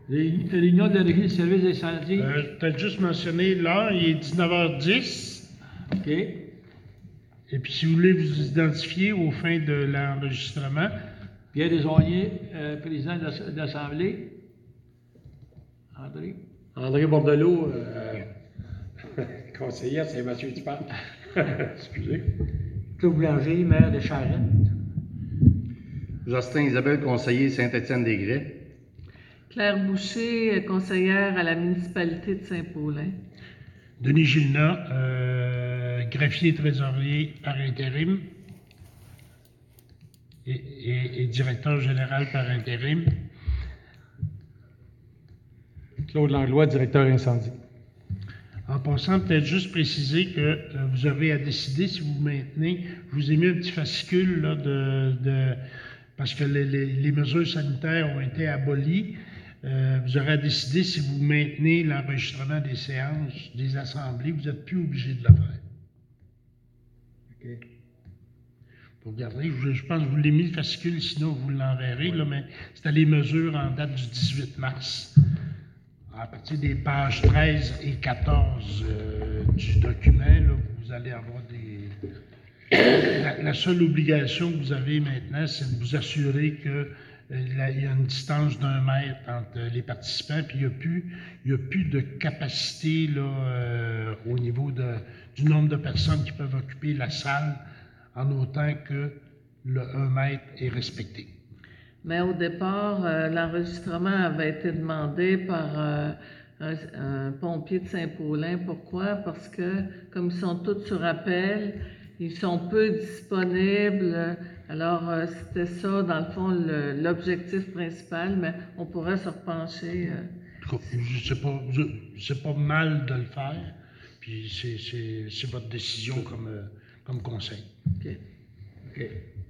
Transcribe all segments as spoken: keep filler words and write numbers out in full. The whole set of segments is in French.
Réunion de la Régie des services d'incendie. Euh, Peut-être juste mentionner l'heure, il est dix-neuf heures dix. OK. Et puis, si vous voulez vous identifier aux fins de l'enregistrement. Pierre Desaulniers, euh, président de l'Assemblée. André. André Bordelot, euh, conseiller à Saint-Mathieu-du-Parc. Excusez. Claude Boulanger, maire de Charette. Justin Isabelle, conseiller Saint-Étienne-des-Grès. Claire Boucher, conseillère à la municipalité de Saint-Paulin. Denis Gilna, euh, greffier trésorier par intérim et, et, et directeur général par intérim. Claude Langlois, directeur incendie. En passant, peut-être juste préciser que euh, vous aurez à décider si vous maintenez. Je vous ai mis un petit fascicule là, de, de parce que les, les, les mesures sanitaires ont été abolies. Euh, vous aurez à décider si vous maintenez l'enregistrement des séances, des assemblées. Vous n'êtes plus obligé de le faire. OK. Pour regarder, je, je pense que je vous l'ai mis le fascicule, sinon vous l'enverrez, là, mais c'était les mesures en date du dix-huit mars. À partir des pages treize et quatorze euh, du document, là, vous allez avoir des... La, la seule obligation que vous avez maintenant, c'est de vous assurer que euh, la, il y a une distance d'un mètre entre les participants, puis il n'y a plus, il y a plus de capacité là, euh, au niveau de, du nombre de personnes qui peuvent occuper la salle, en autant que le un mètre est respecté. Mais au départ, euh, l'enregistrement avait été demandé par euh, un, un pompier de Saint-Paulin. Pourquoi? Parce que, comme ils sont tous sur appel, ils sont peu disponibles. Alors, euh, c'était ça, dans le fond, le, l'objectif principal, mais on pourrait se repencher. Euh, C'est pas, c'est pas mal de le faire, puis c'est, c'est, c'est votre décision comme, euh, comme conseil. OK. OK.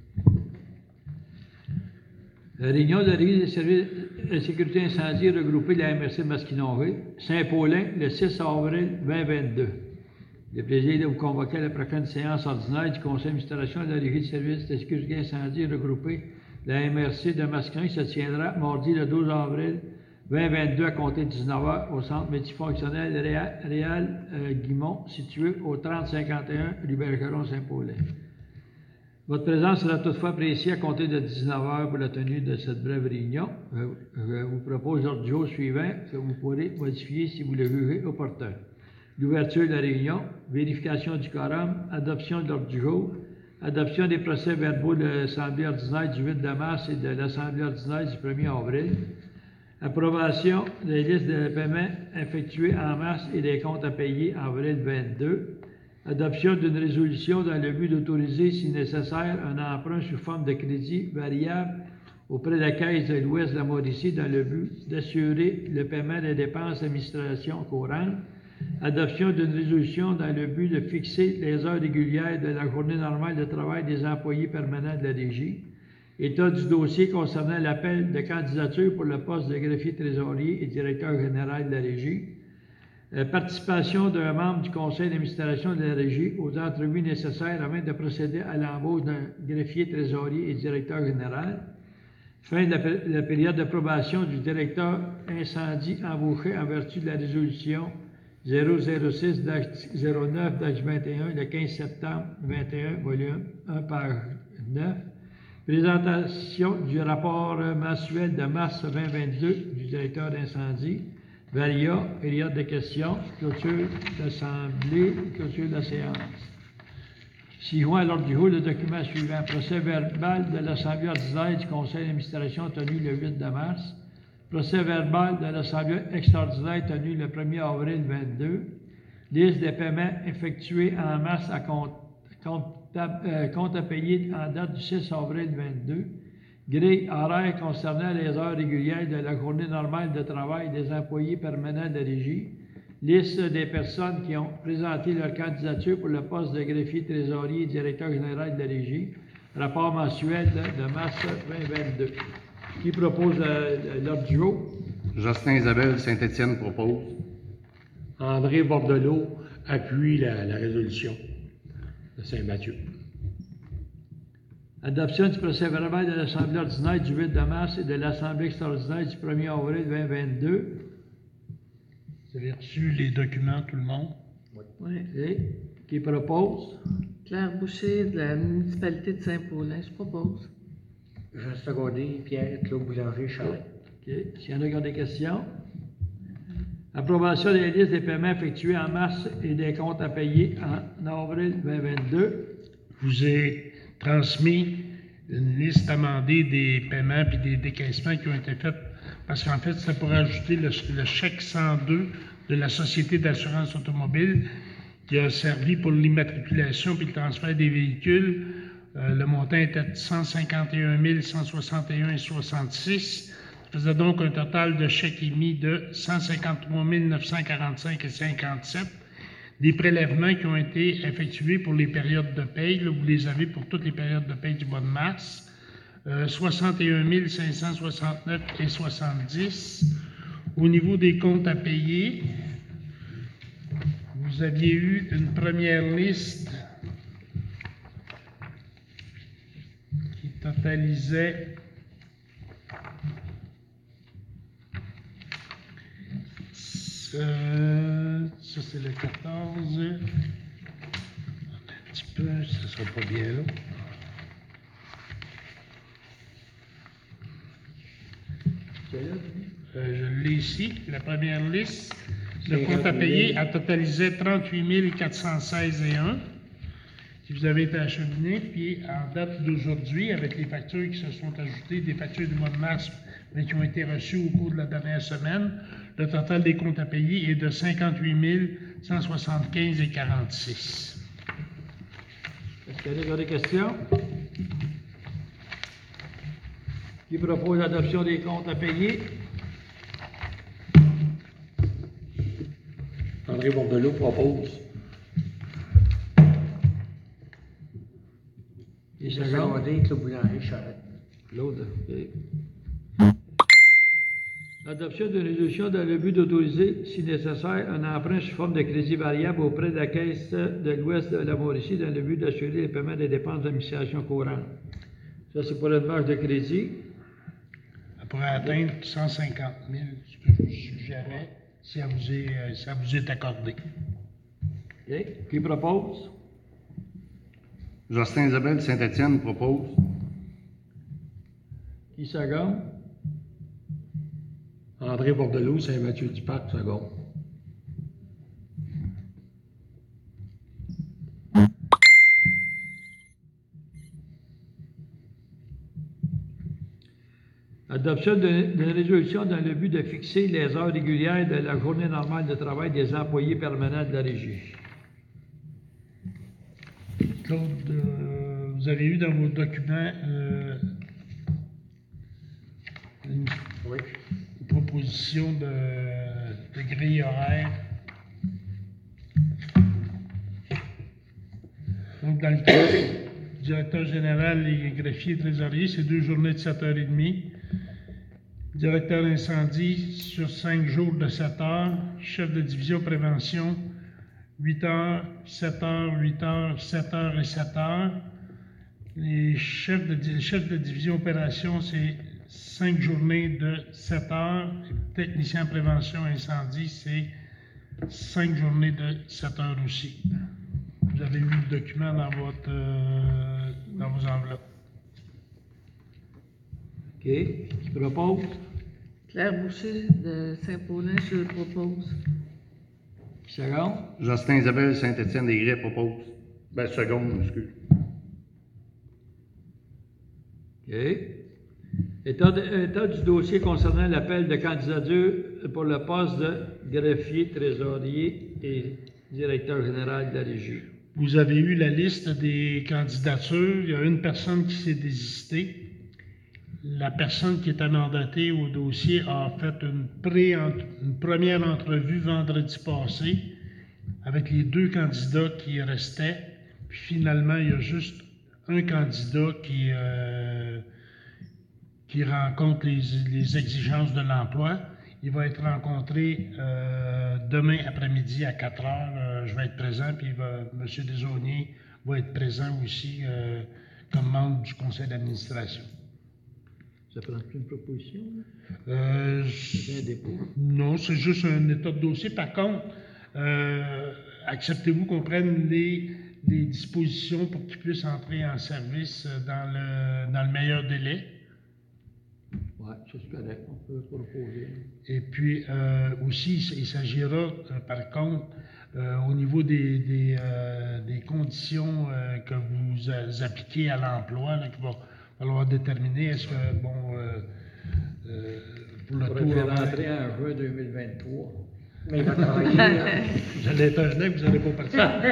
La réunion de la Régie des services de sécurité incendie regroupée de la M R C Masquinongé, Saint-Paulin, le six avril vingt vingt-deux. J'ai le plaisir de vous convoquer à la prochaine séance ordinaire du Conseil d'administration de la Régie des services de sécurité incendie regroupée de la M R C de Masquinongé, qui se tiendra mardi le douze avril vingt vingt-deux à compter de dix-neuf heures au centre multifonctionnel Réal, Réal euh, Guimont, situé au trente cinquante et un rue Bergeron, Saint-Paulin. Votre présence sera toutefois appréciée à compter de dix-neuf heures pour la tenue de cette brève réunion. Je vous propose l'ordre du jour suivant que vous pourrez modifier si vous le jugez opportun. L'ouverture de la réunion, vérification du quorum, adoption de l'ordre du jour, adoption des procès-verbaux de l'Assemblée ordinaire du huit mars et de l'Assemblée ordinaire du premier avril, approbation des listes de paiement effectuées en mars et des comptes à payer en avril vingt-deux, adoption d'une résolution dans le but d'autoriser, si nécessaire, un emprunt sous forme de crédit variable auprès de la Caisse de l'Ouest de la Mauricie dans le but d'assurer le paiement des dépenses d'administration courantes, adoption d'une résolution dans le but de fixer les heures régulières de la journée normale de travail des employés permanents de la Régie, état du dossier concernant l'appel de candidature pour le poste de greffier trésorier et directeur général de la Régie, Euh, participation d'un membre du conseil d'administration de la Régie aux entrevues nécessaires afin de procéder à l'embauche d'un greffier trésorier et directeur général, fin de la, la période d'approbation du directeur incendie embauché en vertu de la résolution zéro zéro six zéro neuf vingt et un le quinze septembre vingt et un, volume un, page neuf, présentation du rapport mensuel de mars vingt vingt-deux du directeur d'incendie, Valia, période de questions, clôture d'assemblée, clôture de la séance. Si joint à l'ordre du jour, le document suivant, procès verbal de l'Assemblée ordinaire du Conseil d'administration tenu le huit mars, procès verbal de l'Assemblée extraordinaire tenu le premier avril vingt-deux, liste des paiements effectués en mars à compte, compte, euh, compte à payer en date du six avril vingt-deux, grille horaire concernant les heures régulières de la journée normale de travail des employés permanents de la Régie, liste des personnes qui ont présenté leur candidature pour le poste de greffier trésorier et directeur général de la Régie, rapport mensuel de, de mars vingt vingt-deux. Qui propose euh, l'ordre du jour? Justin Isabelle, Saint-Étienne propose. André Bordelot appuie la, la résolution de Saint-Mathieu. Adoption du procès-verbal de l'Assemblée ordinaire du huit de mars et de l'Assemblée extraordinaire du premier avril vingt vingt-deux. Vous avez reçu les documents, tout le monde? Oui. OK. Qui propose? Claire Boucher de la municipalité de Saint-Paulin, je propose. Jean Secondé, Pierre, Claude Boulanger, Charette. OK. S'il y en a qui ont des questions? Approbation des listes des paiements effectués en mars et des comptes à payer en avril vingt vingt-deux. Je vous ai transmis une liste amendée des paiements et des décaissements qui ont été faits, parce qu'en fait, c'est pour ajouter le, le chèque cent deux de la Société d'assurance automobile qui a servi pour l'immatriculation puis le transfert des véhicules. Euh, le montant était de cent cinquante et un mille cent soixante et un virgule soixante-six. Ça faisait donc un total de chèques émis de cent cinquante-trois mille neuf cent quarante-cinq virgule cinquante-sept. Des prélèvements qui ont été effectués pour les périodes de paye, là, vous les avez pour toutes les périodes de paye du mois de mars, euh, soixante et un mille cinq cent soixante-neuf virgule soixante-dix. Au niveau des comptes à payer, vous aviez eu une première liste qui totalisait Euh, ça, c'est le quatorze. Un petit peu, ça ne sera pas bien là. Euh, je l'ai ici, la première liste. Le compte à payer a totalisé trente-huit mille quatre cent seize et un qui vous avez été acheminé. Puis, en date d'aujourd'hui, avec les factures qui se sont ajoutées, des factures du mois de mars, mais qui ont été reçues au cours de la dernière semaine, le total des comptes à payer est de cinquante-huit mille cent soixante-quinze virgule quarante-six. Est-ce qu'il y a des questions? Qui propose l'adoption des comptes à payer? André Bordelot propose. Et Jean second? Secondé, Claude Boulanger, Charette. Claude. OK. L'adoption d'une résolution dans le but d'autoriser, si nécessaire, un emprunt sous forme de crédit variable auprès de la Caisse de l'Ouest de la Mauricie dans le but d'assurer les paiements des dépenses d'administration courante. Ça, c'est pour une marge de crédit. Ça pourrait atteindre cent cinquante mille, ce que je vous suggérais, si ça vous est, euh, ça vous est accordé. OK. Qui propose? Jocelyn Isabelle Saint-Étienne propose. Qui seconde? André Bordelot, Saint-Mathieu-du-Parc, second. Adoption d'une résolution dans le but de fixer les heures régulières de la journée normale de travail des employés permanents de la régie. Claude, euh, vous avez eu dans vos documents euh, une, Oui. une proposition de, de grille horaire. Donc, dans le cas du directeur général et greffier trésorier, c'est deux journées de sept heures trente. Directeur incendie sur cinq jours de sept heures. Chef de division prévention, huit heures, sept heures, huit heures, sept heures et sept heures. Les chefs de, les chefs de division opération, c'est cinq journées de sept heures. Et technicien prévention incendie, c'est cinq journées de sept heures aussi. Vous avez eu le document dans, votre, euh, dans vos enveloppes. OK. Qui propose? Claire Boucher de Saint-Paulin, je le propose. Qui seconde? Jocelyn Isabelle Saint-Étienne-des-Grès propose. Ben, seconde, excuse. OK. État, de, état du dossier concernant l'appel de candidature pour le poste de greffier, trésorier et directeur général de la régie. Vous avez eu la liste des candidatures. Il y a une personne qui s'est désistée. La personne qui était mandatée au dossier a fait une, pré une première entrevue vendredi passé avec les deux candidats qui restaient. Puis finalement, il y a juste un candidat qui, euh, qui rencontre les, les exigences de l'emploi. Il va être rencontré euh, demain après-midi à quatre heures. Euh, je vais être présent, puis va, M. Desaulniers va être présent aussi euh, comme membre du conseil d'administration. Ça prend une proposition? Euh, C'est un dépôt. non, c'est juste un état de dossier. Par contre, euh, acceptez-vous qu'on prenne les, les dispositions pour qu'ils puissent entrer en service dans le, dans le meilleur délai? Oui, ça c'est correct, on peut proposer. Et puis euh, aussi, il s'agira, euh, par contre, euh, au niveau des, des, euh, des conditions euh, que vous euh, appliquez à l'emploi, là, qu'il va falloir déterminer, est-ce que, bon, euh, euh, pour le On taux pourrait faire horaire- rentrer en juin deux mille vingt-trois. Mais il va travailler. euh, vous allez être un an, vous n'allez pas partir.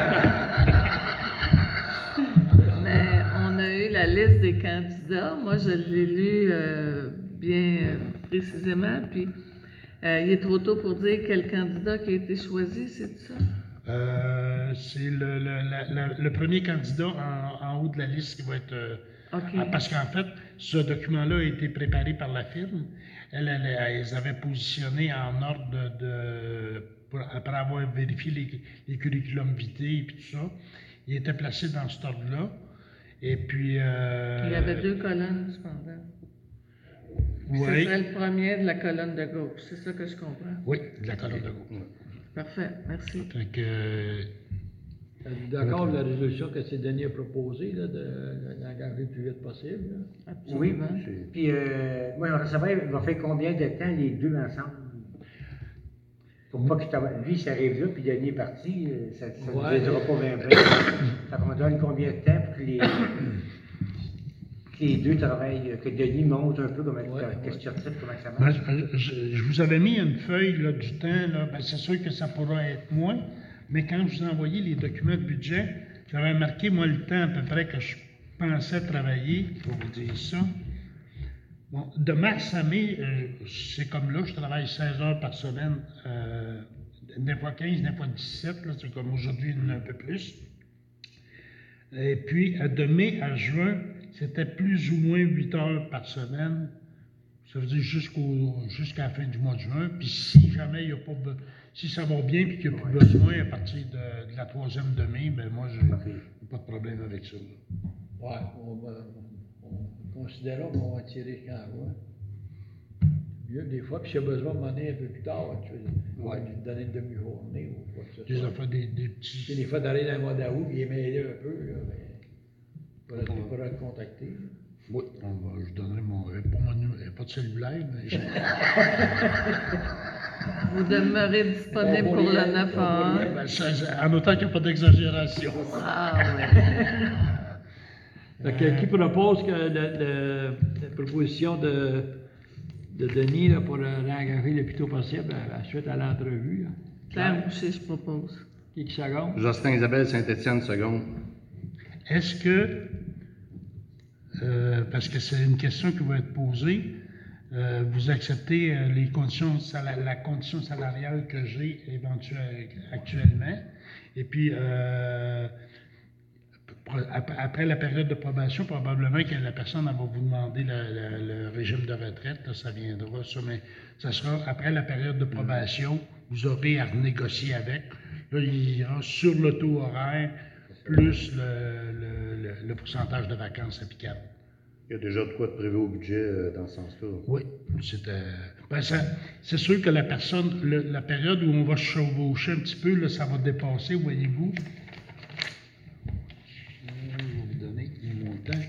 Mais on a eu la liste des candidats. Moi, je l'ai lu euh, bien euh, précisément. Puis, euh, il est trop tôt pour dire quel candidat qui a été choisi, c'est ça? Euh, c'est le, le, la- la- le premier candidat en, en haut de la liste qui va être... euh, OK. ah, parce qu'en fait, ce document-là a été préparé par la firme. Elle, elle, elles avaient positionné en ordre de... de- pour- après avoir vérifié les, les curriculum vitae et puis tout ça. Il était placé dans cet ordre-là. Et puis... euh, Il y avait deux colonnes, cependant. Puis Ce Oui, serait le premier de la colonne de gauche. C'est ça que je comprends. oui, de la colonne de gauche. Parfait, merci. Fait que... euh, Êtes-vous d'accord avec la résolution que c'est Denis a proposée, là, de, de l'engager le plus vite possible? Là? Oui, Absolument. puis euh, moi, j'aimerais savoir, il va faire combien de temps les deux ensemble? Pour pas que t'as- lui, ça arrive là, puis Denis est parti, euh, ça ne Ouais. nous aidera pas bien bien. Ça qu'on donne combien de temps pour que les, que les deux travaillent, que Denis montre un peu comment, Ouais, question type, comment ça Ben, marche? je, je- je vous avais mis une feuille là, du temps, là, ben, c'est sûr que ça pourra être moins, mais quand je vous ai envoyé les documents de budget, j'avais marqué, moi, le temps à peu près que je pensais travailler, je vais vous dire ça. Bon, de mars à mai, euh, c'est comme là, je travaille seize heures par semaine, euh, des fois quinze, des fois dix-sept, là, c'est comme aujourd'hui, un peu plus. Et puis, euh, de mai à juin, c'était plus ou moins huit heures par semaine. Ça veut dire jusqu'au, jusqu'à la fin du mois de juin. Puis si jamais il n'y a pas be- si ça va bien et qu'il n'y a plus besoin à partir de, de la troisième de mai, ben moi, je n'ai pas de problème avec ça. Oui, on, va- on considérera qu'on va tirer quand on va. Mieux des fois, puis s'il y a besoin de m'emmener un peu plus tard, tu veux Ouais. lui donner une demi-journée ou quoi que ce Des soit. affaires, des, des Puis petits... des fois, d'arriver dans le mois d'août, puis il est mêlé un peu, là, mais tu pourras le contacter. Oui, on va- je donnerai mon... euh, Pas, mon numé- euh, pas de cellulaire, mais... je- Vous demeurez disponible On pour pourrait- le neuf on à un. pourrait- Ben, ça- ça- en autant qu'il n'y a pas d'exagération. Ah, ouais. Fait que, qui propose que la, la- la proposition de, de Denis là, pour euh, l'engager le plus tôt possible à, à suite à l'entrevue? là? Claire Boucher, je propose. Qui qui seconde? Jocelyn Isabelle Saint-Étienne, seconde. Est-ce que, euh, parce que c'est une question qui va être posée, euh, vous acceptez euh, les conditions sala- la condition salariale que j'ai éventuelle actuellement, et puis euh, pro- ap- après la période de probation, probablement que la personne elle va vous demander le, le- le régime de retraite, là, ça viendra, ça, mais ça sera après la période de probation, vous aurez à renégocier avec. Là, il ira sur le taux horaire plus le, le- le- le pourcentage de vacances applicable. Il y a déjà de quoi de prévu au budget euh, dans ce sens-là. Oui, c'est euh, ben ça- c'est sûr que la personne, le- la période où on va se chevaucher un petit peu, là, ça va dépasser, voyez-vous. Euh, Je vais vous donner les montants.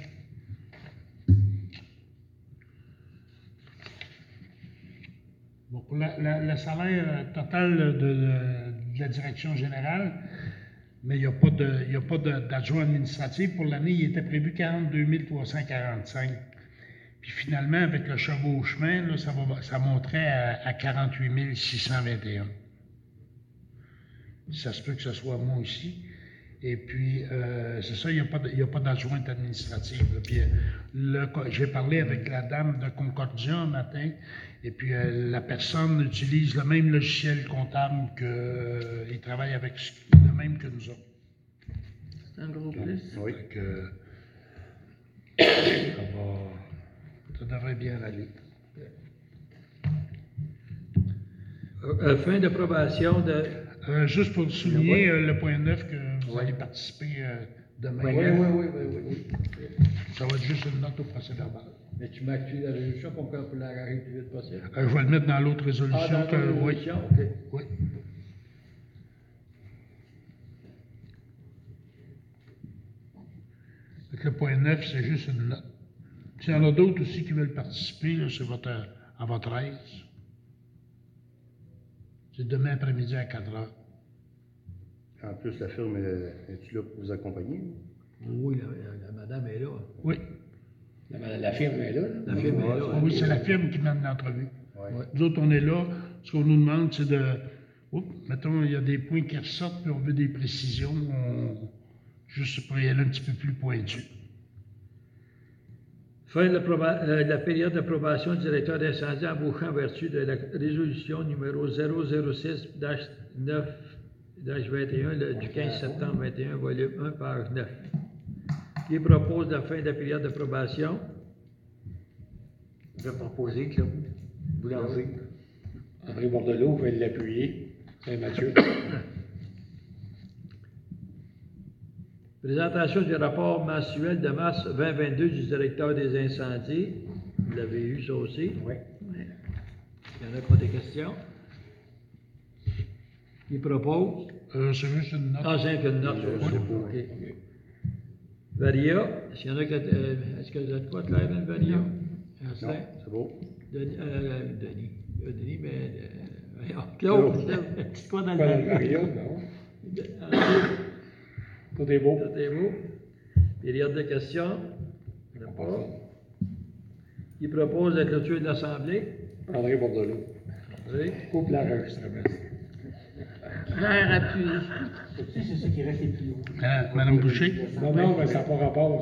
Bon, pour la- la- le salaire total de, de- de la direction générale, mais il n'y a pas de- il y a pas de- d'adjoint administratif. Pour l'année, il était prévu quarante-deux mille trois cent quarante-cinq. Puis finalement, avec le chevauchement, là, ça, va, ça monterait à, à quarante-huit mille six cent vingt et un. Ça se peut que ce soit moi aussi. Et puis, euh, c'est ça, il n'y a pas de- il y a pas d'adjointe administrative. là. Puis, euh, le co- j'ai parlé avec la dame de Concordia un matin, et puis euh, la personne utilise le même logiciel comptable que, euh, il travaille avec ce- le même que nous autres. C'est un gros plus. Oui. Fait que, ça va- ça devrait bien aller. Euh, euh, fin d'approbation de. Euh, juste pour souligner euh, le point neuf que vous allez participer euh, demain. Oui, Oui, neuf. oui, oui, oui, oui, oui. Ça va être juste une note au procès verbal. Mais tu m'actues la résolution pour qu'on la règle le plus vite possible. Euh, je vais le mettre dans l'autre Ah, résolution. dans que- la oui. résolution, OK. Oui. Fait que le point neuf, c'est juste une note. S'il y en a d'autres aussi qui veulent participer, là, c'est votre, à votre aise. C'est demain après-midi à quatre heures. En plus, la firme, est- es-tu là pour vous accompagner? Oui, la, la- la madame est là. Oui. La, la firme est là. là. La firme est là. Ah oui, c'est la firme qui mène l'entrevue. Ouais. Nous autres, on est là. Ce qu'on nous demande, c'est de. Oups, mettons, il y a des points qui ressortent, puis on veut des précisions. On- Juste pour y aller un petit peu plus pointu. Fin de l'approba- euh, la période d'approbation du directeur d'incendie embauché en vertu de la résolution numéro zéro zéro six neuf vingt et un le- du quinze septembre vingt et un, volume un, page neuf. Qui propose la fin de la période d'approbation? Je vais proposer Claude Boulanger. André Bordelot va l'appuyer. Saint-Mathieu. Présentation du rapport mensuel de mars vingt vingt-deux du directeur des incendies. Vous l'avez eu, ça aussi. Oui. Il y en a qui ont des questions? Qui propose? Euh, c'est juste une note. Ah, c'est qu'une note, ça aussi. OK. Varia, est-ce qu'il y en a qui... euh, est-ce que vous êtes pas clair dans le Varia? Asselin? Non, c'est beau. Denis, euh, Denis. Euh, Denis, mais... Euh, voyons, Claude, c'est quoi dans le Pas dans le Varia? Mario, non? Ensuite, Tout est beau. tout est beau. Période de questions? Il n'y en a pas. Qui propose la clôture de l'Assemblée? André Bordelot. Oui. Coupe l'enregistrement. Vers appui. C'est ça qui reste les plus hauts. Madame Boucher? Non, non, mais ça n'a pas rapport.